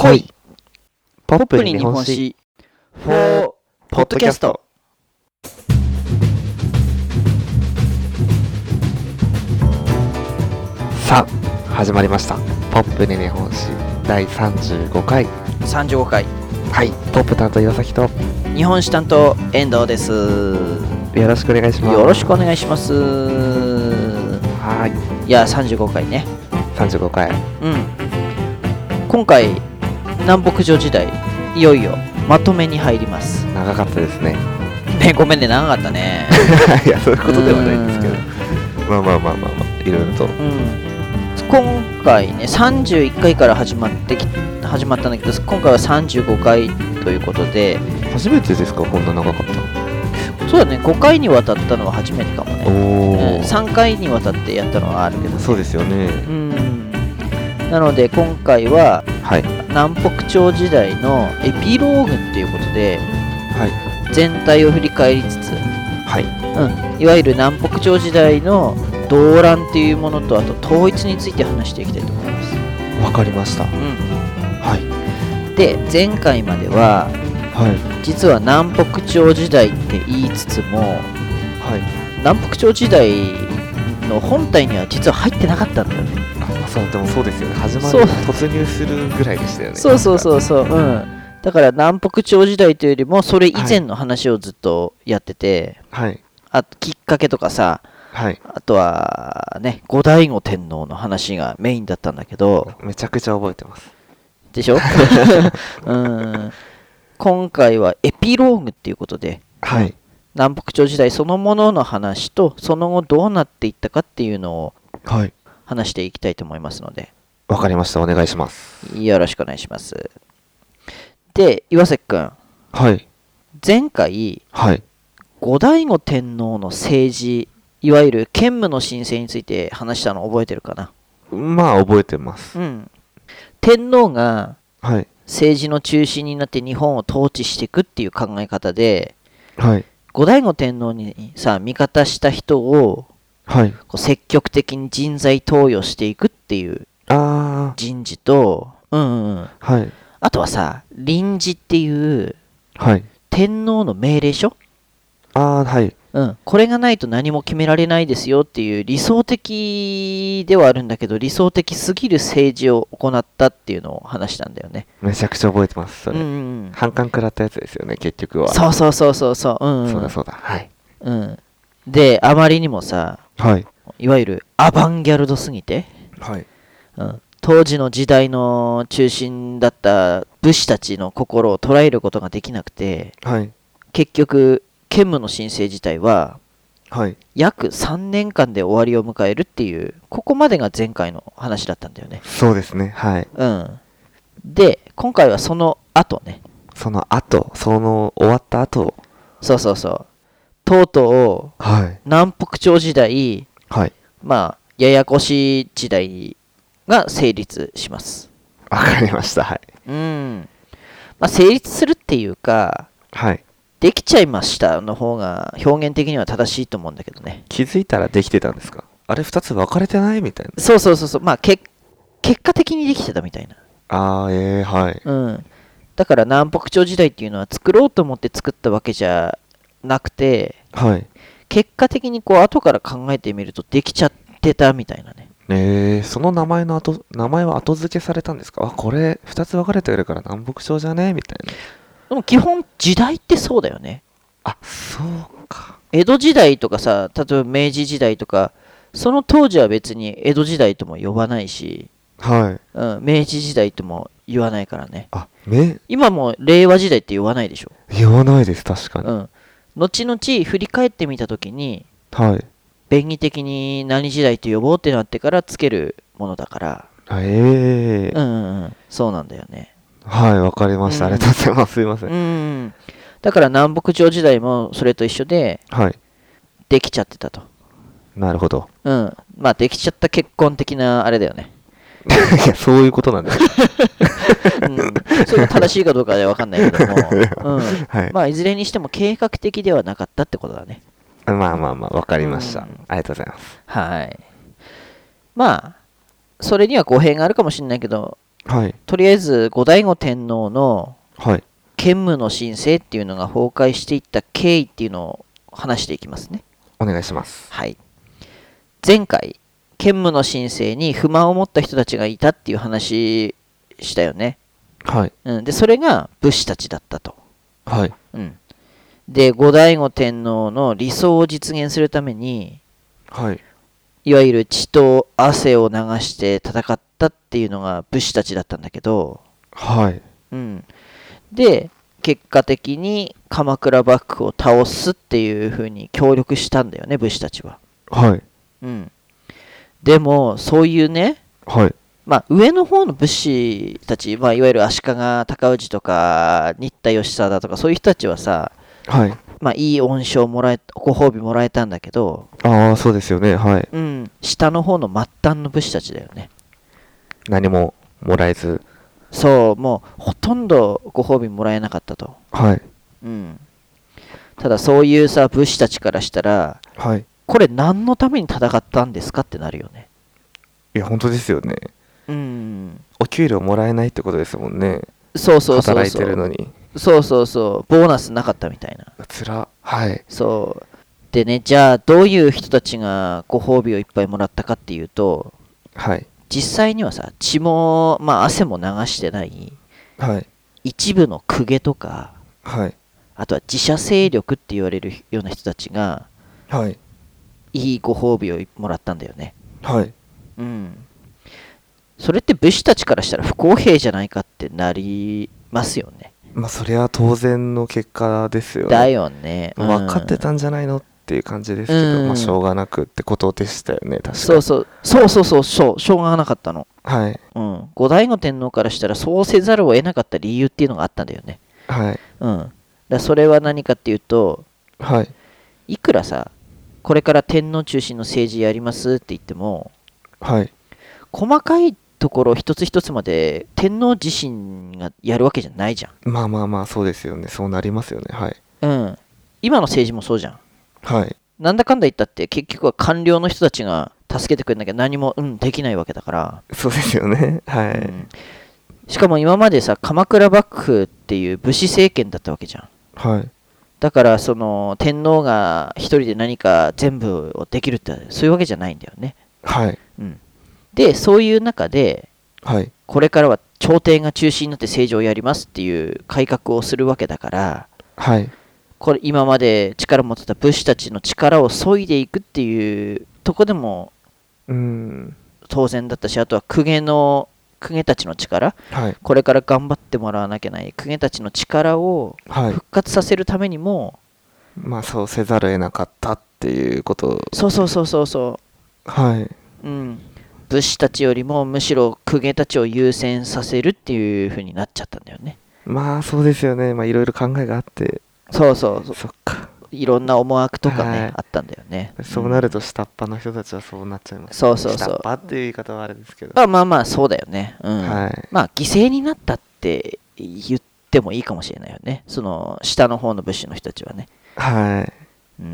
恋ポップポップにに日本史日本史4ポッドキャスト。 さあ始まりました。ポップに日本史第35回。 35回はい、ポップ担当岩崎と日本史担当遠藤です。 よろしくお願いします。 よろしくお願いします。 はいや35回ね。 35回。 今回南北朝時代いよいよまとめに入ります。 長かったですね。 ね、ごめんね、長かったね。 いやそういうことではないんですけど、まあいろいろと。 今回ね31回から始まったんだけど、今回は35回ということで。 初めてですか、こんな長かった。 そうだね、5回にわたったのは初めてかもね。3回にわたってやったのはあるけど、ね、 そうですよね。 なので今回は、 はい、 南北朝時代のエピローグっていうことで、 はい、 全体を振り返りつつ、 はい、 いわゆる南北朝時代の動乱っていうものと、あと統一について話していきたいと思います。 わかりました。はい。 で、前回までは、 はい、 実は南北朝時代って言いつつも、 はい、 南北朝時代の本体には実は入ってなかったんだよね。 でもそうですよね。始まる突入するぐらいでしたよね。 そう、だから南北朝時代というよりもそれ以前の話をずっとやってて、 はい、 あときっかけとかさ、 はい、 あとはね、後醍醐天皇の話がメインだったんだけど、 めちゃくちゃ覚えてます。 でしょ今回はエピローグっていうことで、 はい、 南北朝時代そのものの話とその後どうなっていったかっていうのを話していきたいと思いますので、 わかりました。お願いします。 よろしくお願いします。で、岩崎くん、 はい、 前回、 はい、 後醍醐天皇の政治、いわゆる建武の新政について話したの覚えてるかな。 まあ覚えてます。 天皇がはい、 政治の中心になって日本を統治していくっていう考え方で、 はい、 後醍醐天皇にさ味方した人を、 はい、 こう積極的に人材投与していくっていう人事と、 はい、 あとはさ臨時っていう、 はい、 天皇の命令書、 はい、 これがないと何も決められないですよっていう理想的ではあるんだけど理想的すぎる政治を行ったっていうのを話したんだよね。 めちゃくちゃ覚えてます。それ、反感食らったやつですよね、結局は。 そう、 そうだ、はい、 で、あまりにもさ、 はい、 いわゆるアバンギャルドすぎて、 はい、 当時の時代の中心だった武士たちの心を捉えることができなくて、 はい、 結局建武の新政自体は、 はい、 約3年間で終わりを迎えるっていう、ここまでが前回の話だったんだよね。 そうですね。はい、 で、今回はその後ね。 その終わった後、 そう、とうとう、 はい、 南北朝時代、 はい、 ややこしい時代が成立します。 わかりました。はい、 成立するっていうか、 はい、 できちゃいましたの方が表現的には正しいと思うんだけどね。 気づいたらできてたんですか？あれ2つ分かれてないみたいな。 そう、結果的にできてたみたいな。 はい。 だから南北朝時代っていうのは作ろうと思って作ったわけじゃなくて、 はい、 結果的にこう後から考えてみるとできちゃってたみたいなね。 その名前は後付けされたんですか？これ2つ分かれてるから南北朝じゃねみたいな。 でも基本時代ってそうだよね。 そうか。 江戸時代とかさ、例えば明治時代とか、その当時は別に江戸時代とも呼ばないし、 はい、 明治時代とも言わないからね。 今も令和時代って言わないでしょ。 言わないです、確かに。 後々振り返ってみたときに、 はい、 便宜的に何時代と呼ぼうってなってからつけるものだから。そうなんだよね。 はい、わかりました。ありがとうございます。すいません。 だから南北朝時代もそれと一緒で、できちゃってたと。 なるほど。 できちゃった結婚的なあれだよね。 いや、そういうことなんです。 それが正しいかどうかでは分かんないけども、いずれにしても計画的ではなかったってことだね。 わかりました。ありがとうございます。 はい。それには語弊があるかもしれないけど、 はい。 とりあえず後醍醐天皇のはい。 建武の新政っていうのが崩壊していった経緯っていうのを話していきますね。 お願いします。 はい。前回、建武の新政に不満を持った人たちがいたっていう話したよね。 はい。 で、それが武士たちだったと。 はい。 で、後醍醐天皇の理想を実現するために、 はい。 いわゆる血と汗を流して戦ったっていうのが武士たちだったんだけど、 はい。 で、結果的に鎌倉幕府を倒すっていう風に協力したんだよね、武士たちは。 はい。 でも、そういうね、 はい。 上の方の武士たち、いわゆる足利尊氏とか、新田義貞とか、そういう人たちはさ、 はい。 いい恩賞もらえ、ご褒美もらえたんだけど、 ああ、そうですよね。はい。 下の方の末端の武士たちだよね。 何ももらえず。 そう、もうほとんどご褒美もらえなかったと。 はい。 ただそういうさ、武士たちからしたら、 はい。 これ何のために戦ったんですかってなるよね。 いや、本当ですよね。お給料もらえないってことですもんね。 そうそうそうそう。 働いてるのに。 そうそうそう。ボーナスなかったみたいな。 つら。はい。 そう。でね、じゃあどういう人たちがご褒美をいっぱいもらったかっていうと、 はい。 実際にはさ、血も、汗も流してない、 はい。 一部の公家とか、 はい。 あとは自社勢力って言われるような人たちが、 はい。 いいご褒美をもらったんだよね。 はい。 それって武士たちからしたら不公平じゃないかってなりますよね。 それは当然の結果ですよね。 だよね。 分かってたんじゃないのっていう感じですけど、しょうがなくってことでしたよね、確かに。 そうそう、しょうがなかったの。 はい。 後醍醐天皇からしたらそうせざるを得なかった理由っていうのがあったんだよね。 はい。 それは何かっていうと、 はい。 いくらさ、これから天皇中心の政治やりますって言っても、 はい。 細かいところ一つ一つまで天皇自身がやるわけじゃないじゃん。 そうですよね。そうなりますよね。はい。 今の政治もそうじゃん。 はい。 なんだかんだ言ったって結局は官僚の人たちが助けてくれなきゃ何も、できないわけだから。 そうですよね。はい。 しかも今までさ、鎌倉幕府っていう武士政権だったわけじゃん。 はい。 だからその天皇が一人で何か全部をできるってそういうわけじゃないんだよね。 はい。 で、そういう中で、 はい。 これからは朝廷が中心になって政治をやりますっていう改革をするわけだから、 はい。 これ今まで力を持ってた武士たちの力を削いでいくっていうとこでも当然だったし、あとは公家たちの力、 はい。 これから頑張ってもらわなきゃいけない公家たちの力を復活させるためにも、 そうせざるを得なかったっていうこと。 そうはい。 武士たちよりもむしろ公家たちを優先させるっていう風になっちゃったんだよね。 そうですよね。いろいろ考えがあって。 そうそっか。 いろんな思惑とかね、あったんだよね。 そうなると下っ端の人たちはそうなっちゃいます、 そう下っ端っていう言い方はあれですけど。 そうだよね。 はい。 犠牲になったって言ってもいいかもしれないよね。その下の方の武士の人たちはね。 はい。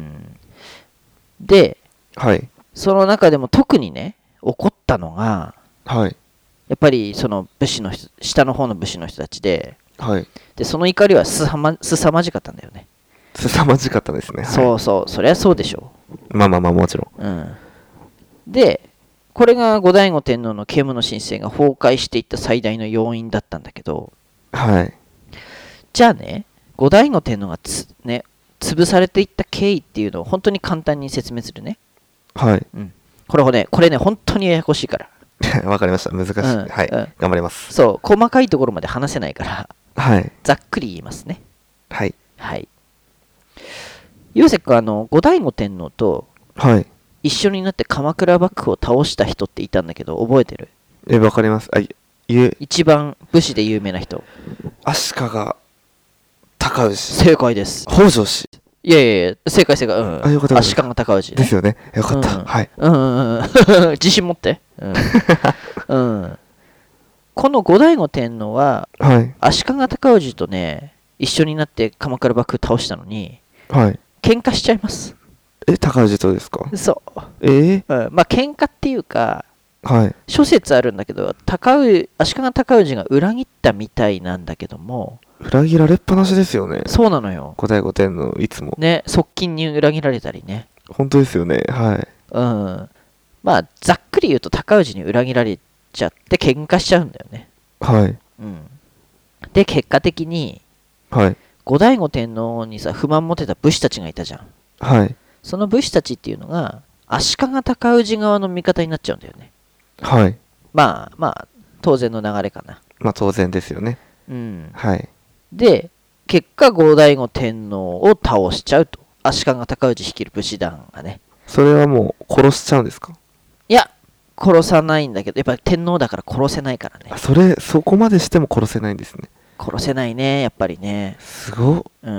で、 はい。 その中でも特にね、起こったのが、 はい。 やっぱりその武士の人、下の方の武士の人たちで、 はい。 で、その怒りはすさまじかったんだよね。 凄まじかったですね。 そうそう、そりゃそうでしょう。もちろん。 で、これが後醍醐天皇の建武の新政が崩壊していった最大の要因だったんだけど、 はい。 じゃあね、後醍醐天皇が潰されていった経緯っていうのを本当に簡単に説明するね。 はい。 これね、本当にややこしいから。 わかりました。難しい。はい。頑張ります。 そう、細かいところまで話せないから、 はい。 ざっくり言いますね。 はい。 はい。ゆうせくん、後醍醐天皇と一緒になって鎌倉幕府を倒した人っていたんだけど、覚えてる？ わかります。 一番武士で有名な人。 足利尊氏。 正解です。 北条氏。 いや、正解。よかった。 足利尊氏、ね。 ですよね。よかった。はい。 自信持って。この後醍醐天皇は、足利尊氏とね、一緒になって鎌倉幕府倒したのに、喧嘩しちゃいます。 尊氏とですか？ そう。喧嘩っていうか、 はい。 諸説あるんだけど、足利尊氏が裏切ったみたいなんだけども、 裏切られっぱなしですよね。 そうなのよ。 後醍醐天皇いつも。 ね、側近に裏切られたりね。 本当ですよね。はい。 うん。まあ、ざっくり言うと尊氏に裏切られちゃって喧嘩しちゃうんだよね。 はい。 うん。で、結果的に、 はい。 後醍醐天皇にさ、不満持てた武士たちがいたじゃん。 はい。 その武士たちっていうのが、足利尊氏側の味方になっちゃうんだよね。 はい。 まあ、当然の流れかな。 まあ当然ですよね。 うん。 はい。 で、結果、後醍醐天皇を倒しちゃうと。足利尊氏率いる武士団がね。 それはもう殺しちゃうんですか？ いや、殺さないんだけど、やっぱり天皇だから殺せないからね。 そこまでしても殺せないんですね。 殺せないね、やっぱりね。 すごっ。 うん。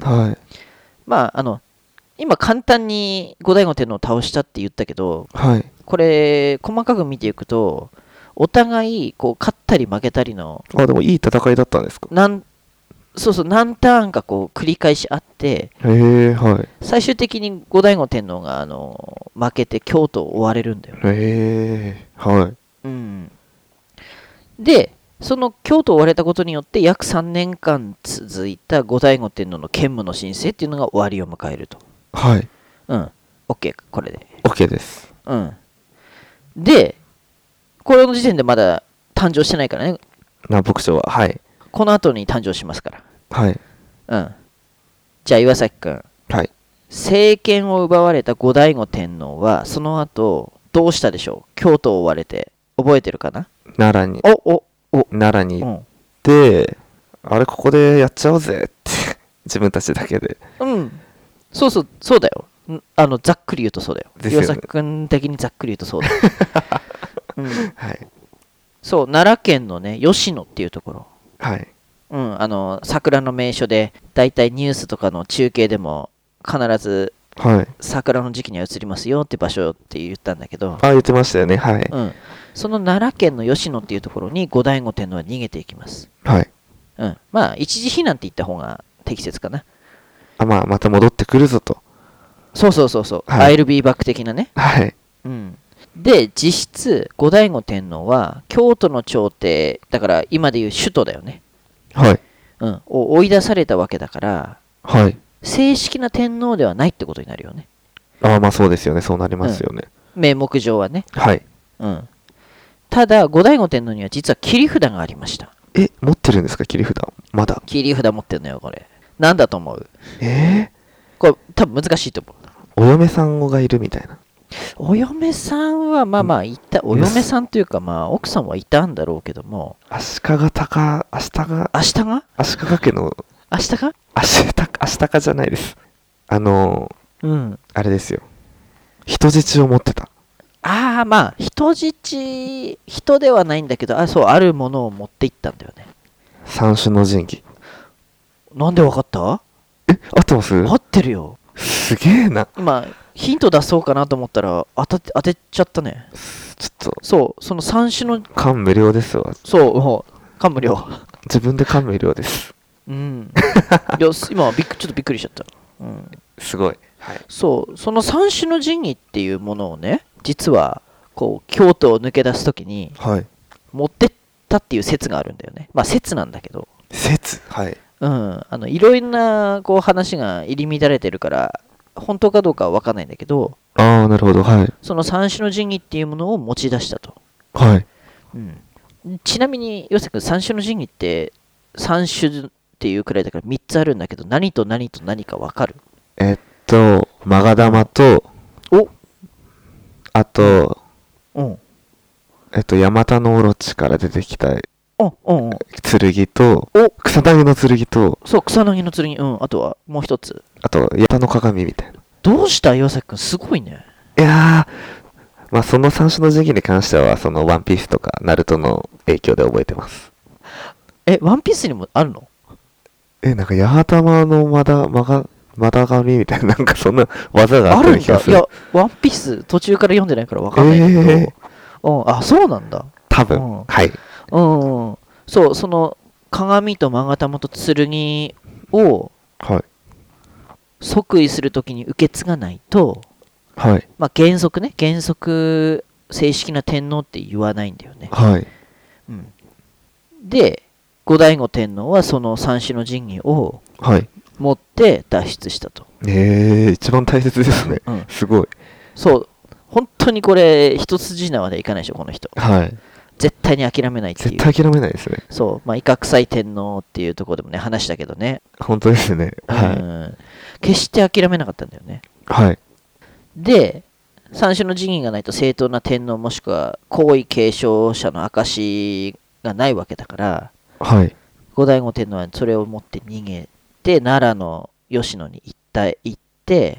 はい。 まあ、今簡単に後醍醐天皇を倒したって言ったけど、 はい。 これ、細かく見ていくと、お互い、こう、勝ったり負けたりの、 あ、でもいい戦いだったんですか？ そうそう、何ターンかこう、繰り返しあって、 へえ、はい。 最終的に後醍醐天皇が、負けて京都を追われるんだよね。 へえ、はい。 うん。で、その京都を追われたことによって、約3年間続いた後醍醐天皇の兼務の申請っていうのが終わりを迎えると。 はい。 うん。OK、これで。 OK です。 うん。で、これの時点でまだ誕生してないからね。 南北朝は、はい。 この後に誕生しますから。 はい。 うん。じゃあ岩崎くん。 はい。 政権を奪われた後醍醐天皇は、その後、どうしたでしょう？京都を追われて。覚えてるかな？ 奈良に、奈良に行って、あれ、ここでやっちゃおうぜって自分たちだけで。 うん。そうだよ。ざっくり言うとそうだよ。 ですよね岩崎くん的にざっくり言うとそうだよ。うん。 はい。 そう、奈良県のね、吉野っていうところ。 はい。 うん、桜の名所で、だいたいニュースとかの中継でも、必ず、 はい。 桜の時期には移りますよって場所って言ったんだけど、 あ、言ってましたよね。はい。 うん。その奈良県の吉野っていうところに後醍醐天皇は逃げていきます。 はい。 うん。まあ、一時避難って言った方が適切かな。 あ、まあ、また戻ってくるぞと。 そう。 はい I'll be back 的なね。 はい。 うん。で、実質、後醍醐天皇は、京都の朝廷、だから今でいう首都だよね。 はい。 うん。を追い出されたわけだから、 はい。 正式な天皇ではないってことになるよね。 あ、まあそうですよね。そうなりますよね。 名目上はね。 はい。 うん。ただ、後醍醐天皇には実は切り札がありました。 持ってるんですか、切り札。まだ。 切り札持ってんのよ、これ。なんだと思う？これ、多分難しいと思う。 お嫁さんがいるみたいな。 お嫁さんは、まあいた、お嫁さんというか、まあ、奥さんはいたんだろうけども、 足利家の、 明日が足利じゃないです。 うん。 あれですよ。人質を持ってた。 ああ、まあ、人ではないんだけど、そう、あるものを持っていったんだよね。 三種の神器。 なんでわかった？ 合ってます？ 合ってるよ。 すげえな。 今、ヒント出そうかなと思ったら、当てちゃったね。 ちょっと。 そう、その三種の、 感無量ですわ。 そう、もう、感無量。 自分で感無量です。 うん。いや、今、ちょっとびっくりしちゃった。うん。 すごい。はい。 そう、その三種の神器っていうものをね、実は、こう、京都を抜け出すときに、 はい。 持ってったっていう説があるんだよね。まあ、説なんだけど。 はい。 うん。いろいろな、こう、話が入り乱れてるから、本当かどうかは分かんないんだけど、 ああ、なるほど。はい。 その三種の神器っていうものを持ち出したと。 はい。 うん。ちなみに、ヨセ君、三種の神器って、三種っていうくらいだから3つあるんだけど、何と何と何か分かる？ マガ玉と、あと、 うん。 ヤマタノオロチから出てきた剣と、草薙の剣と、 そう、草薙の剣、あとはもう一つ。 あと、ヤタの鏡みたいな。 どうした岩崎くん、すごいね。 いやー、まあその三種の神器に関しては、そのワンピースとか、ナルトの影響で覚えてます。 ワンピースにもあるの？ なんか、ヤハタマのまだ髪みたいな、なんかそんな技があったような気がする。 いや、ワンピース途中から読んでないからわかんないんだけど、そうなんだ。 多分、はい。 そう、その鏡と勾玉と剣を即位するときに受け継がないと、 はい。 まあ原則正式な天皇って言わないんだよね。 はい。 うん、で後醍醐天皇はその三種の神器を持って脱出したと。 一番大切ですね。すごい。 そう、本当にこれ一筋縄でいかないでしょこの人。 はい。 絶対に諦めないっていう。 絶対諦めないですね。 そう、まあ、威嚇祭天皇っていうところでもね、話したけどね。 本当ですね。はい。 決して諦めなかったんだよね。 はい。 で、三種の神器がないと正当な天皇もしくは皇位継承者の証がないわけだから、 はい。 後醍醐天皇はそれを持って逃げて、奈良の吉野に行って、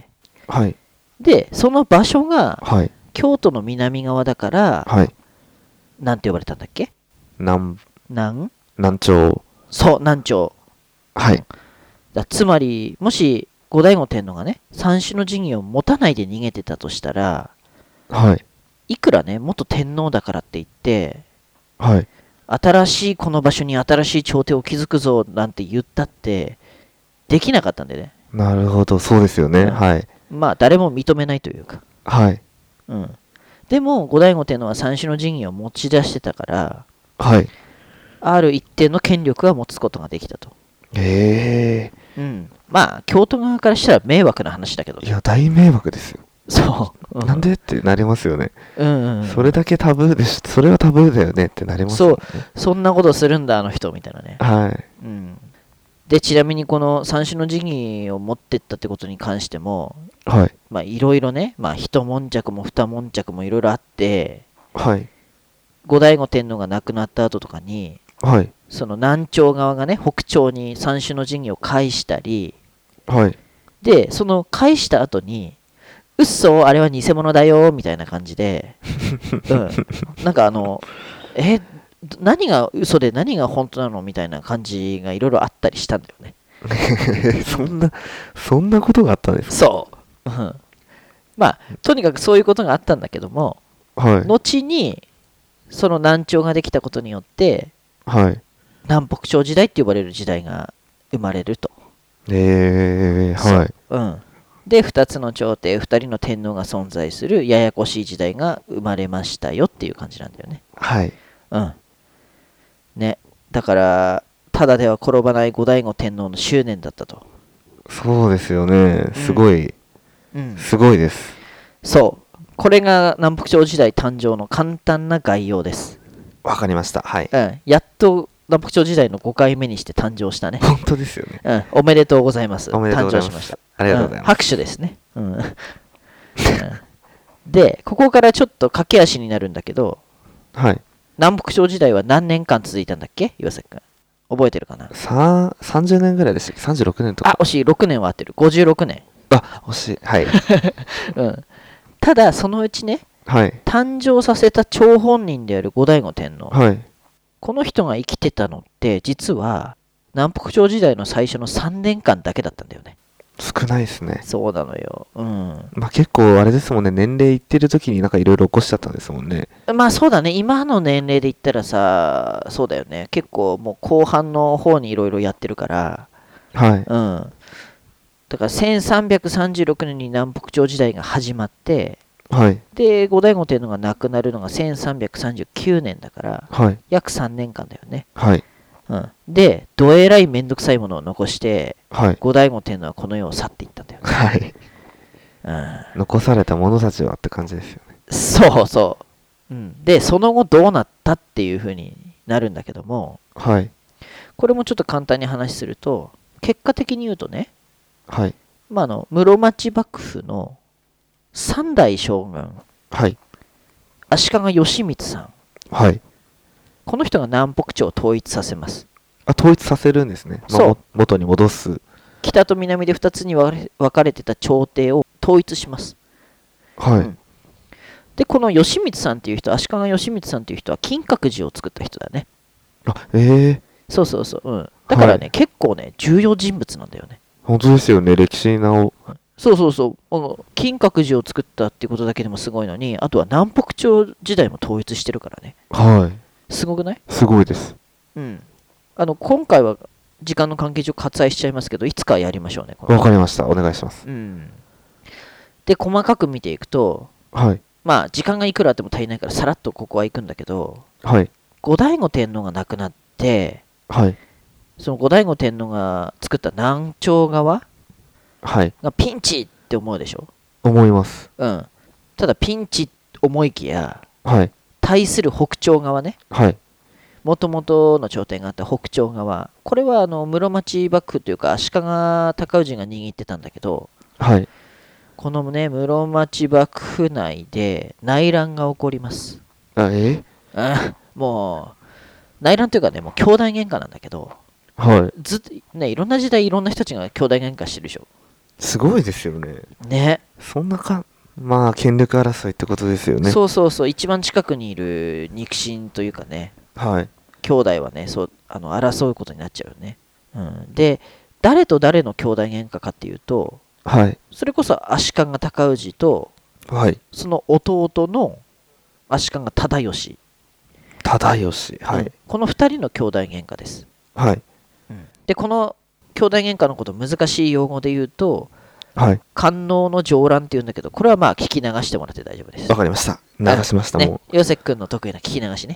はい。 で、その場所が、 はい、 京都の南側だから、 はい、 なんて呼ばれたんだっけ？南朝。 そう、南朝。 はい。 つまり、もし後醍醐天皇がね、三種の神器を持たないで逃げてたとしたら、 はい。 いくらね、元天皇だからって言って、 はい。 新しいこの場所に新しい朝廷を築くぞなんて言ったって、できなかったんでね。 なるほど、そうですよね。はい。 まあ、誰も認めないというか。 はい。 うん。でも、後醍醐天皇は三種の神器を持ち出してたから、 はい。 ある一定の権力は持つことができたと。うん。まあ、京都側からしたら迷惑な話だけど。 いや、大迷惑ですよ。 そう。 なんでってなりますよね。 うん。 それだけタブーでし、それはタブーだよねってなりますよね。 そう。そんなことするんだ、あの人、みたいなね。 はい。 うん。で、ちなみにこの三種の神器を持ってったってことに関しても、 はい。 まあ、いろいろね、まあ、一悶着も二悶着もいろいろあって、 はい。 後醍醐天皇が亡くなった後とかに、 はい。 その南朝側がね、北朝に三種の神器を返したり、 はい。 で、その返した後に、うっそ、あれは偽物だよ、みたいな感じで、うん。なんか何が嘘で何が本当なのみたいな感じがいろいろあったりしたんだよね。 そんなことがあったんですか？ そう。うん。まあ、とにかくそういうことがあったんだけども、 はい。 後に、その南朝ができたことによって、 はい。 南北朝時代って呼ばれる時代が生まれると。 はい。 うん。で、2つの朝廷、2人の天皇が存在するややこしい時代が生まれましたよっていう感じなんだよね。 はい。 うん。ね。だから、ただでは転ばない後醍醐天皇の執念だったと。 そうですよね。すごい、すごいです。 そう。これが南北朝時代誕生の簡単な概要です。 わかりました。はい。 やっと南北朝時代の5回目にして誕生したね。 本当ですよね。 おめでとうございます。 おめでとうございます。 誕生しました。 ありがとうございます。 拍手ですね。で、ここからちょっと駆け足になるんだけど、 はい。 南北朝時代は何年間続いたんだっけ岩崎君。覚えてるかな 30年ぐらいでしたっけ？ 36 年とか。 惜しい。6年は合ってる。56年。 惜しい。はい。 ただ、そのうちね、 はい。 誕生させた張本人である後醍醐天皇。 はい。 この人が生きてたのって、実は、南北朝時代の最初の3年間だけだったんだよね。 少ないですね。 そうなのよ。 まあ結構あれですもんね、年齢いってる時になんかいろいろ起こしちゃったんですもんね。 まあそうだね、今の年齢で言ったらさ、そうだよね、結構もう後半の方にいろいろやってるから、 はい。 だから1336年に南北朝時代が始まって、 はい。 で、後醍醐天皇が亡くなるのが1339年だから、 はい。 約3年間だよね。 はい。 で、どえらいめんどくさいものを残して、 はい。 後醍醐天皇はこの世を去っていったんだよね。 はい。残された者たちはって感じですよね。 そうそう。で、その後どうなったっていう風になるんだけども、 はい。 これもちょっと簡単に話すると、結果的に言うとね、 はい。 室町幕府の三代将軍、 はい。 足利義満さん。 はい。 この人が南北朝を統一させます。 統一させるんですね。そう。元に戻す。 北と南で2つに分かれてた朝廷を統一します。 はい。 で、この義満さんっていう人、足利義満さんっていう人は金閣寺を作った人だね。そうそうそう。だからね、結構ね、重要人物なんだよね。 本当ですよね、歴史なお。 そう。金閣寺を作ったっていうことだけでもすごいのに、あとは南北朝時代も統一してるからね。 はい。 すごくない？ すごいです。 今回は時間の関係上割愛しちゃいますけど、いつかやりましょうね。 わかりました。お願いします。 で、細かく見ていくと、 はい。 まあ時間がいくらあっても足りないからさらっとここは行くんだけど、 はい。 後醍醐天皇が亡くなって、 はい。 その後醍醐天皇が作った南朝側はい。 がピンチって思うでしょ。 思います。 うん。ただピンチ思いきや、 はい。 対する北朝側ね、 はい。 もともとの朝廷があった北朝側、これは室町幕府というか足利尊氏が握ってたんだけど、 はい。 このね、室町幕府内で内乱が起こります。もう、内乱というかね、もう兄弟喧嘩なんだけど、 はい。 ずっとね、いろんな時代いろんな人たちが兄弟喧嘩してるでしょ。 すごいですよね。 ね。 そんなか、まあ、権力争いってことですよね。 そうそうそう、一番近くにいる肉親というかね、 はい。 兄弟はね、争うことになっちゃうよね。うん、で、誰と誰の兄弟喧嘩かっていうと、 はい。 それこそ足利尊氏と、 はい。 その弟の足利忠義、 忠義。はい。 この2人の兄弟喧嘩です。 はい。 で、この兄弟喧嘩のこと難しい用語で言うと、 はい。 官能の上乱っていうんだけど、これはまあ聞き流してもらって大丈夫です。 わかりました。流しました、 ね、 もう。 ヨセ君の得意な聞き流しね。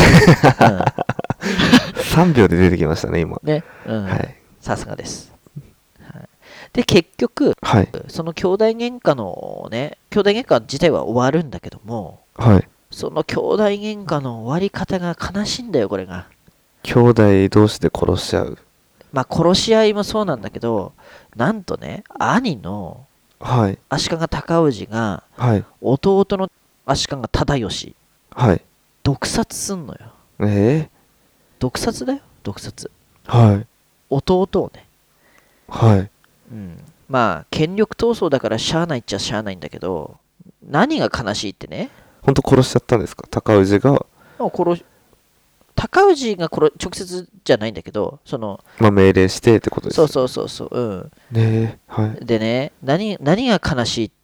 3秒で出てきましたね、今。 ね、 はい。 さすがです。で、結局、 はい。 その兄弟喧嘩のね、兄弟喧嘩自体は終わるんだけども、 はい。 その兄弟喧嘩の終わり方が悲しいんだよ、これが。 兄弟同士で殺し合う。 まあ、殺し合いもそうなんだけど、なんとね、兄のはい。 足利尊氏が、 はい。 弟の足利忠義、 はい。 毒殺すんのよ。毒殺だよ、毒殺。 はい。 弟をね。 はい。 まあ、権力闘争だからしゃあないっちゃしゃあないんだけど、何が悲しいってね、 本当殺しちゃったんですか、高氏が。 高氏が直接じゃないんだけど、 まあ、命令してってことですそうよね。 そうそうそう、 はい。 でね、何が悲しいって、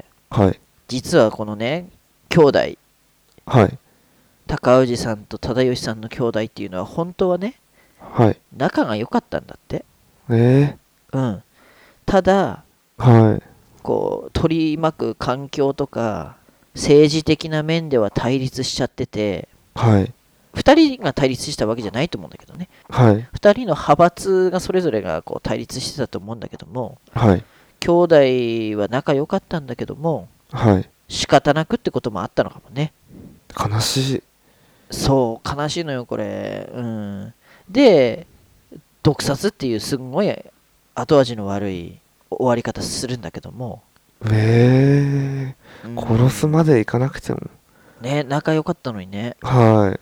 はい。 実はこのね、兄弟、 はい。 高氏さんと忠義さんの兄弟っていうのは、本当はね、 はい。 仲が良かったんだって。 えただ、 はい。 こう、取り巻く環境とか、政治的な面では対立しちゃってて、 はい。 2人が対立したわけじゃないと思うんだけどね。 はい。 2人の派閥がそれぞれがこう対立してたと思うんだけども、 はい。 兄弟は仲良かったんだけども、 はい。 仕方なくってこともあったのかもね。 悲しい。 そう、悲しいのよ、これ。で、毒殺っていうすんごい後味の悪い終わり方するんだけども、 殺すまでいかなくても。 ね、仲良かったのにね。 はい。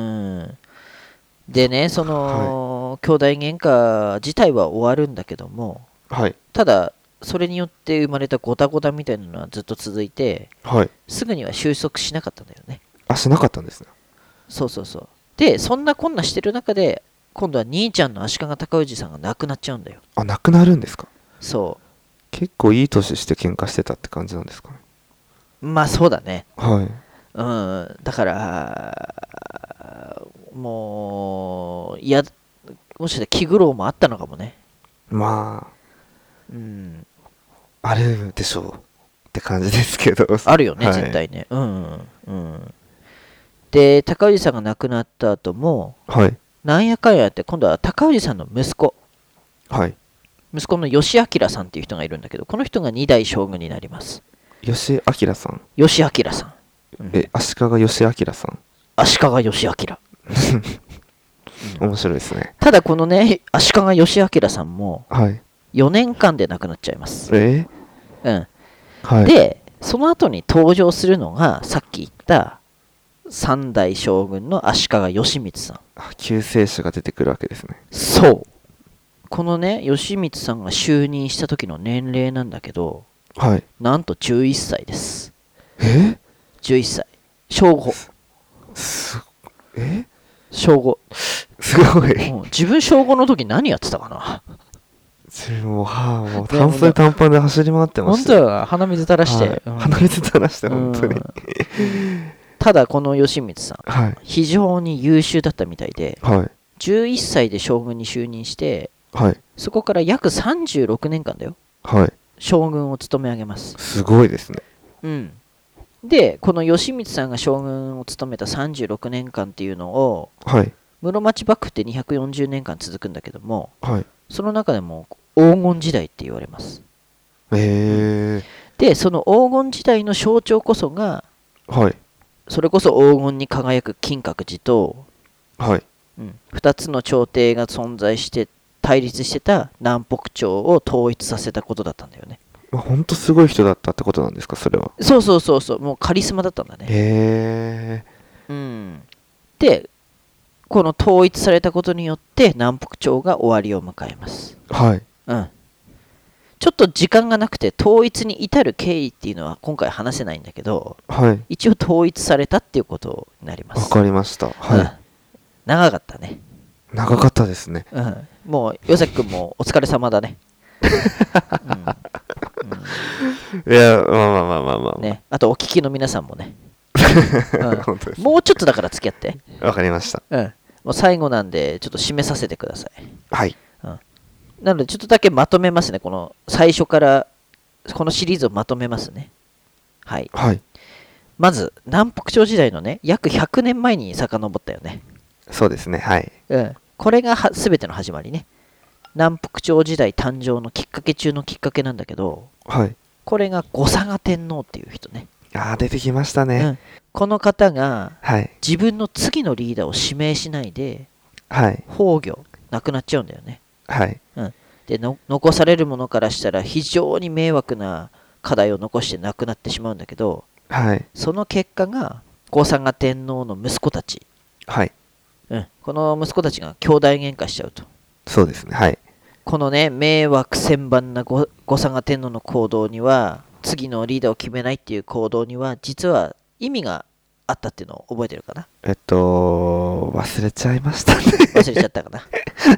でね、その、兄弟喧嘩自体は終わるんだけども、 はい。 ただ、それによって生まれたゴタゴタみたいなのはずっと続いて、 はい。 すぐには収束しなかったんだよね。 あ、しなかったんですね。 そうそうそう。で、そんなこんなしてる中で、今度は兄ちゃんの足利尊氏さんが亡くなっちゃうんだよ。 あ、亡くなるんですか。 そ結構いい年して喧嘩してたって感じなんですかね。 う。まあそうだね。 はい。 だから、もう、いや、もしかしたら気苦労もあったのかもね。 まあ、あるでしょうって感じですけど。 あるよね、 はい、 絶対ね。で、高氏さんが亡くなった後も、 はい。 なんやかんやって、今度は高氏さんの息子、 はい。 息子の義明さんっていう人がいるんだけど、この人が2代将軍になります。 義明さん。 義明さん。 足利義明さん。 足利義明。 面白いですね。 ただこのね、足利義明さんも、 はい。 4年間で亡くなっちゃいます。 はい。 で、その後に登場するのが、さっき言った3代将軍の足利義満さん。 救世主が出てくるわけですね。 そう。このね、義満さんが就任した時の年齢なんだけど、 はい。 なんと11歳です。11歳。小5。小5。 すごい。 自分小5の時何やってたかな。 もう短袖短パンで走り回ってました。 本当は鼻水垂らして。 鼻水垂らして、本当に。 ただこの義満さん、 はい、 非常に優秀だったみたいで、 はい、 11歳で将軍に就任して、 はい、 そこから約36年間だよ、 はい、 将軍を務め上げます。 すごいですね。 で、この義満さんが将軍を務めた36年間っていうのを、 はい。 室町幕府って240年間続くんだけども、 はい。 その中でも黄金時代って言われます。で、その黄金時代の象徴こそが、 はい。 それこそ黄金に輝く金閣寺と、 はい。 2つの朝廷が存在して対立してた南北朝を統一させたことだったんだよね。 本当すごい人だったってことなんですか、それは。 そうそうそうそう、もうカリスマだったんだね。 へで、この統一されたことによって南北朝が終わりを迎えます。 はい。 ちょっと時間がなくて統一に至る経緯っていうのは今回話せないんだけど、 はい。 一応統一されたっていうことになります。 わかりました。はい。 長かったね。 長かったですね。 もう、与崎くんもお疲れ様だね。 いや、まあ。 ね。あと、お聞きの皆さんもね。 本当です。 もうちょっとだから付き合って。 わかりました。 もう最後なんで、ちょっと締めさせてください。 はい。 なので、ちょっとだけまとめますね。この最初から、このシリーズをまとめますね。はい。まず、南北朝時代のね、約100年前に遡ったよね。 そうですね。はい。 これが全ての始まりね。南北朝時代誕生のきっかけ中のきっかけなんだけど、 はい。 これが後嵯峨天皇っていう人ね。 出てきましたね。 この方が、 はい。 自分の次のリーダーを指名しないで、 はい。 崩御、なくなっちゃうんだよね。 はい。 で残されるものからしたら非常に迷惑な課題を残して亡くなってしまうんだけど、 はい。 その結果が後嵯峨天皇の息子たち、 はい。 この息子たちが兄弟喧嘩しちゃうと。 そうですね。はい。 このね、迷惑千万な後嵯峨天皇の行動には、次のリーダーを決めないっていう行動には、実は意味があったっていうのを覚えてるかな。 忘れちゃいましたね。 忘れちゃったかな。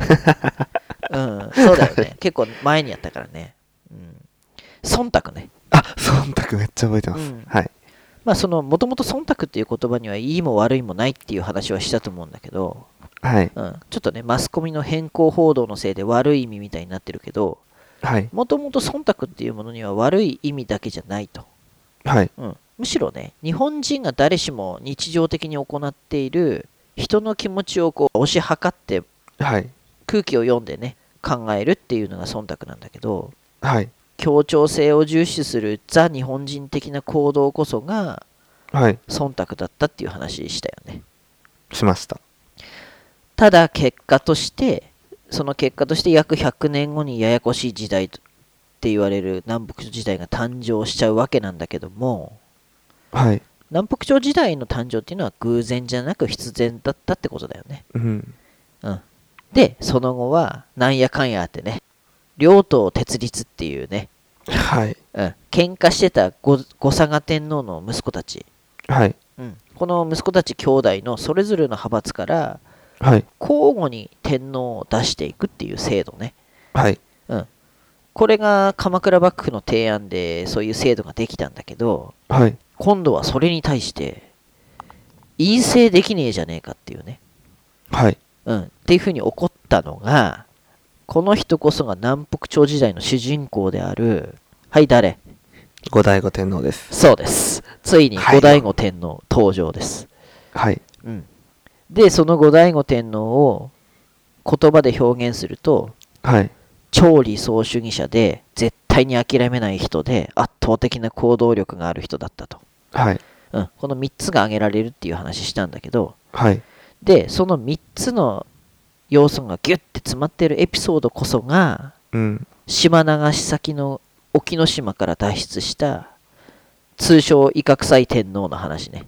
そうだよね。結構前にやったからね。忖度ね。 忖度めっちゃ覚えてます。はい。 まあ、もともと忖度っていう言葉にはいいも悪いもないっていう話はしたと思うんだけど、 はい。 ちょっとね、マスコミの変更報道のせいで悪い意味みたいになってるけど、 はい。 もともと忖度っていうものには悪い意味だけじゃないと。 はい。 むしろね、日本人が誰しも日常的に行っている人の気持ちをこう推し量って、 はい。 空気を読んでね、考えるっていうのが忖度なんだけど、 はい。 協調性を重視するザ日本人的な行動こそが、 はい。 忖度だったっていう話したよね。 しました。 ただその結果として約100年後にややこしい時代って言われる南北朝時代が誕生しちゃうわけなんだけども、 はい。 南北朝時代の誕生っていうのは偶然じゃなく必然だったってことだよね。で、その後はなんやかんやあってね、両党鉄立っていうね、 はい。 喧嘩してた後嵯峨天皇の息子たち、 はい。 この息子たち兄弟のそれぞれの派閥から、 はい。 交互に天皇を出していくっていう制度ね。 はい。 これが鎌倉幕府の提案でそういう制度ができたんだけど、 はい。 今度はそれに対して陰性できねえじゃねえかっていうね。 はい。 っていうふうに怒ったのが、この人こそが南北朝時代の主人公である、はい、誰？ 後醍醐天皇です。 そうです。ついに後醍醐天皇登場です。 はい。 で、その後醍醐天皇を言葉で表現すると、 はい。 超理想主義者で絶対に諦めない人で圧倒的な行動力がある人だったと。 はい。 この3つが挙げられるっていう話したんだけど、 はい。 で、その3つの要素がギュッて詰まっているエピソードこそが、島流し先の沖ノ島から脱出した通称イカクサイ天皇の話ね。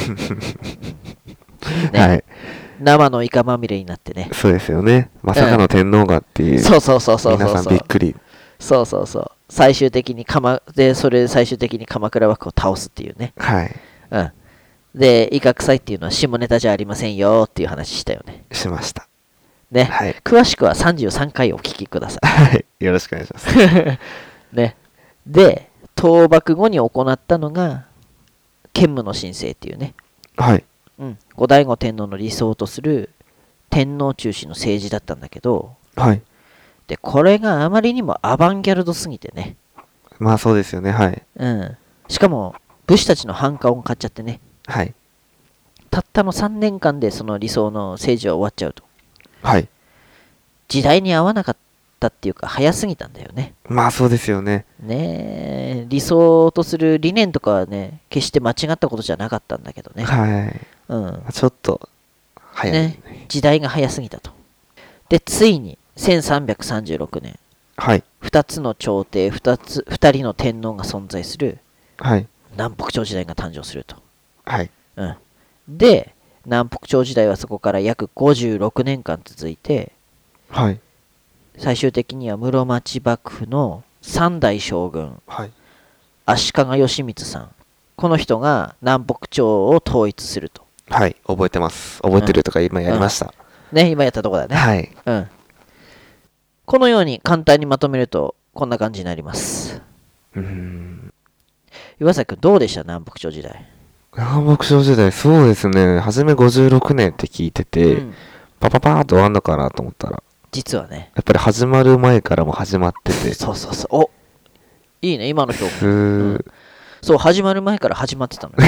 はい。 生のイカまみれになってね。 そうですよね。まさかの天皇がっていう。 そうそうそうそう。 皆さんびっくり。 そうそうそう。最終的に鎌倉幕府を倒すっていうね。 はい。 で、イカクサイっていうのは下ネタじゃありませんよっていう話したよね。 しました。 ね。 はい。 詳しくは33回お聞きください。 はい。よろしくお願いします。 ね。で、討幕後に行ったのが、建武の新政っていうね。 はい。 後醍醐天皇の理想とする天皇中心の政治だったんだけど、 はい。 で、これがあまりにもアバンギャルドすぎてね。 まあそうですよね。はい。 しかも、 武士たちの反感を買っちゃってね、 はい。 たったの3年間でその理想の政治は終わっちゃうと。 はい。 時代に合わなかったっていうか、早すぎたんだよね。 まあそうですよね。 ねえ、理想とする理念とかはね、決して間違ったことじゃなかったんだけどね。 はい。 うん。 ちょっと、早いね、時代が早すぎたと。で、ついに1336年、 はい。 2つの朝廷、2人の天皇が存在するはい。 南北朝時代が誕生すると。 はい。 うん。で、南北朝時代はそこから約56年間続いて、 はい。 最終的には室町幕府の3代将軍、 はい。 足利義満さん。この人が南北朝を統一すると。 はい。覚えてます。覚えてるとか今やりました。 ね、今やったとこだね。 はい。 うん。このように簡単にまとめると、こんな感じになります。岩崎君、どうでした南北朝時代。 南北朝時代、そうですね。初め56年って聞いてて、 うん、 パパパーっと終わんのかなと思ったら、 実はね、 やっぱり始まる前からも始まってて、 そうそうそう。お、いいね、今の表現。 すそう、始まる前から始まってたのよ。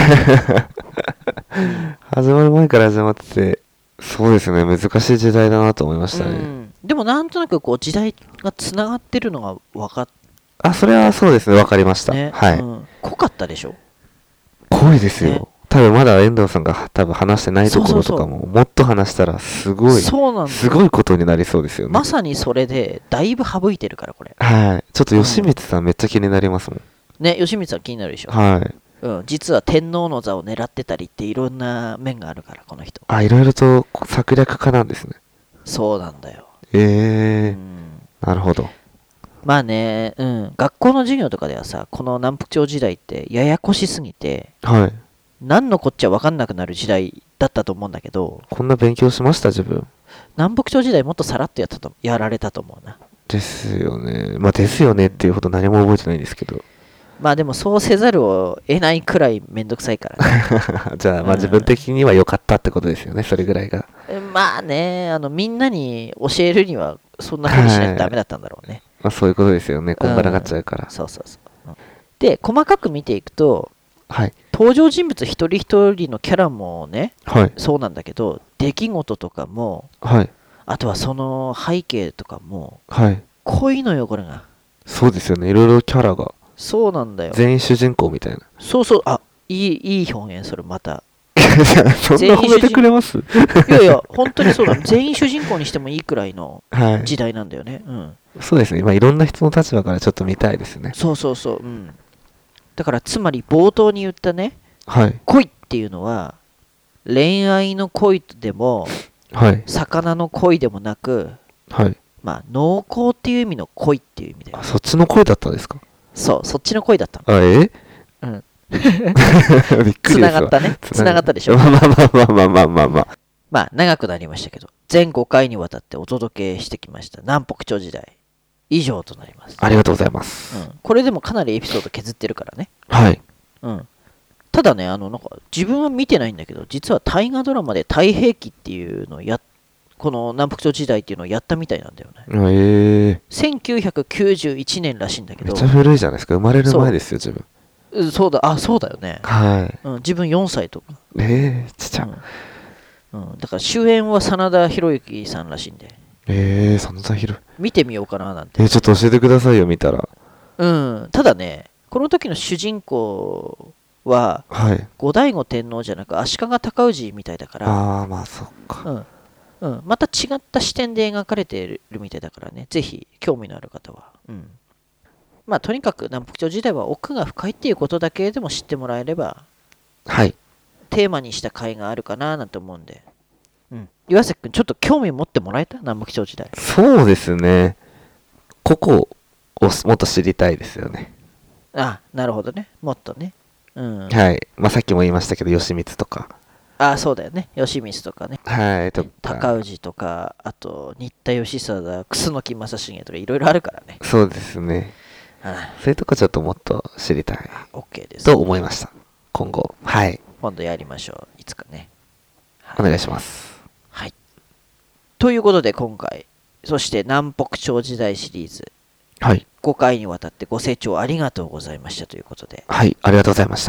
始まる前から始まってて、そうですね、難しい時代だなと思いましたね。 でもなんとなくこう時代がつながってるのが分かっあ、それはそうですね、わかりました。 ね。 はい。 濃かったでしょ。 濃いですよ。 ね、 多分まだ遠藤さんが多分話してないところとかももっと話したらすごい、すごいことになりそうですよね。 まさにそれでだいぶ省いてるからこれ。 はい。ちょっと吉光さんめっちゃ気になりますもん。 ね、吉光さん気になるでしょ。 はい。 実は天皇の座を狙ってたりっていろんな面があるからこの人。 あ、いろいろと策略家なんですね。 そうなんだよ。 なるほど。 まあね、学校の授業とかではさ、この南北朝時代ってややこしすぎて、 はい。 何のこっちゃ分かんなくなる時代だったと思うんだけど、 こんな勉強しました自分。 南北朝時代もっとさらっとやられたと思うな。 ですよね。まあですよねっていうほど何も覚えてないんですけど。 まあでもそうせざるを得ないくらいめんどくさいからね。 じゃあまあ自分的には良かったってことですよね、それぐらいが。 まあね、みんなに教えるにはそんな風にしないとダメだったんだろうね。 まあそういうことですよね、こんがらがっちゃうから。 そうそうそう。で、細かく見ていくと、 はい、 登場人物一人一人のキャラもね、 はい、 そうなんだけど、出来事とかも、 はい、 あとはその背景とかも、 はい、 濃いのよ、これが。 そうですよね、いろいろキャラが。 そうなんだよ。 全員主人公みたいな。 そうそう、いい表現、それまた。 そんな褒めてくれます？いやいや、本当にそうだ。全員主人公にしてもいいくらいの時代なんだよね。 そうですね、今いろんな人の立場からちょっと見たいですね。 そうそうそう。だから、つまり冒頭に言ったね、 はい、 恋っていうのは、恋愛の恋でも、 はい、 魚の恋でもなく、 はい。 まあ、濃厚っていう意味の恋っていう意味だよ。 あ、そっちの声だったんですか？ そう、そっちの恋だったの。 びっくりですわ。 つながったね。つながったでしょ。 まあまあまあまあまあまあまあまあ。 まあ、長くなりましたけど、全5回にわたってお届けしてきました。南北朝時代。以上となります。 ありがとうございます。 これでもかなりエピソード削ってるからね。 はい。 ただね、なんか、自分は見てないんだけど、実は大河ドラマで太平記っていうのをこの南北朝時代っていうのをやったみたいなんだよね。1991年らしいんだけど。 めっちゃ古いじゃないですか。生まれる前ですよ、自分。 そうだよね。 はい。 自分4歳とか。 ちっちゃ。 だから主演は真田広之さんらしいんで。 真田広之。 見てみようかななんて。 ちょっと教えてくださいよ、見たら。 ただね、この時の主人公は、後醍醐天皇じゃなく足利尊氏みたいだから。 まあそっか。 また違った視点で描かれているみたいだからね、ぜひ興味のある方は。まあとにかく南北朝時代は奥が深いっていうことだけでも知ってもらえれば、 はい。 テーマにした回があるかななんて思うんで。岩崎君、ちょっと興味持ってもらえた南北朝時代。 そうですね。ここをもっと知りたいですよね。 なるほどね。もっとね。 はい。まあさっきも言いましたけど、義満とか。 そうだよね。義満とかね。 はい。 高氏とか、あと、新田義貞、楠木正成とかいろいろあるからね。 そうですね。そういうとこちょっともっと知りたい。 OK です。 と思いました。今後。はい。 今度やりましょう。いつかね。 お願いします。 はい。ということで今回、そして南北朝時代シリーズ、 はい。 5回にわたってご清聴ありがとうございましたということで。 はい。ありがとうございました。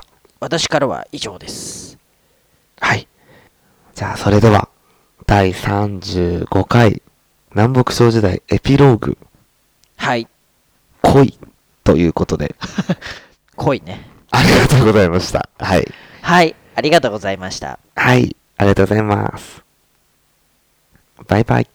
私からは以上です。 はい。じゃあ、それでは、第35回、南北朝時代エピローグ、 はい。 恋ということで、 濃いね。 ありがとうございました。はい。 はい。ありがとうございました。 はい。ありがとうございます。バイバイ。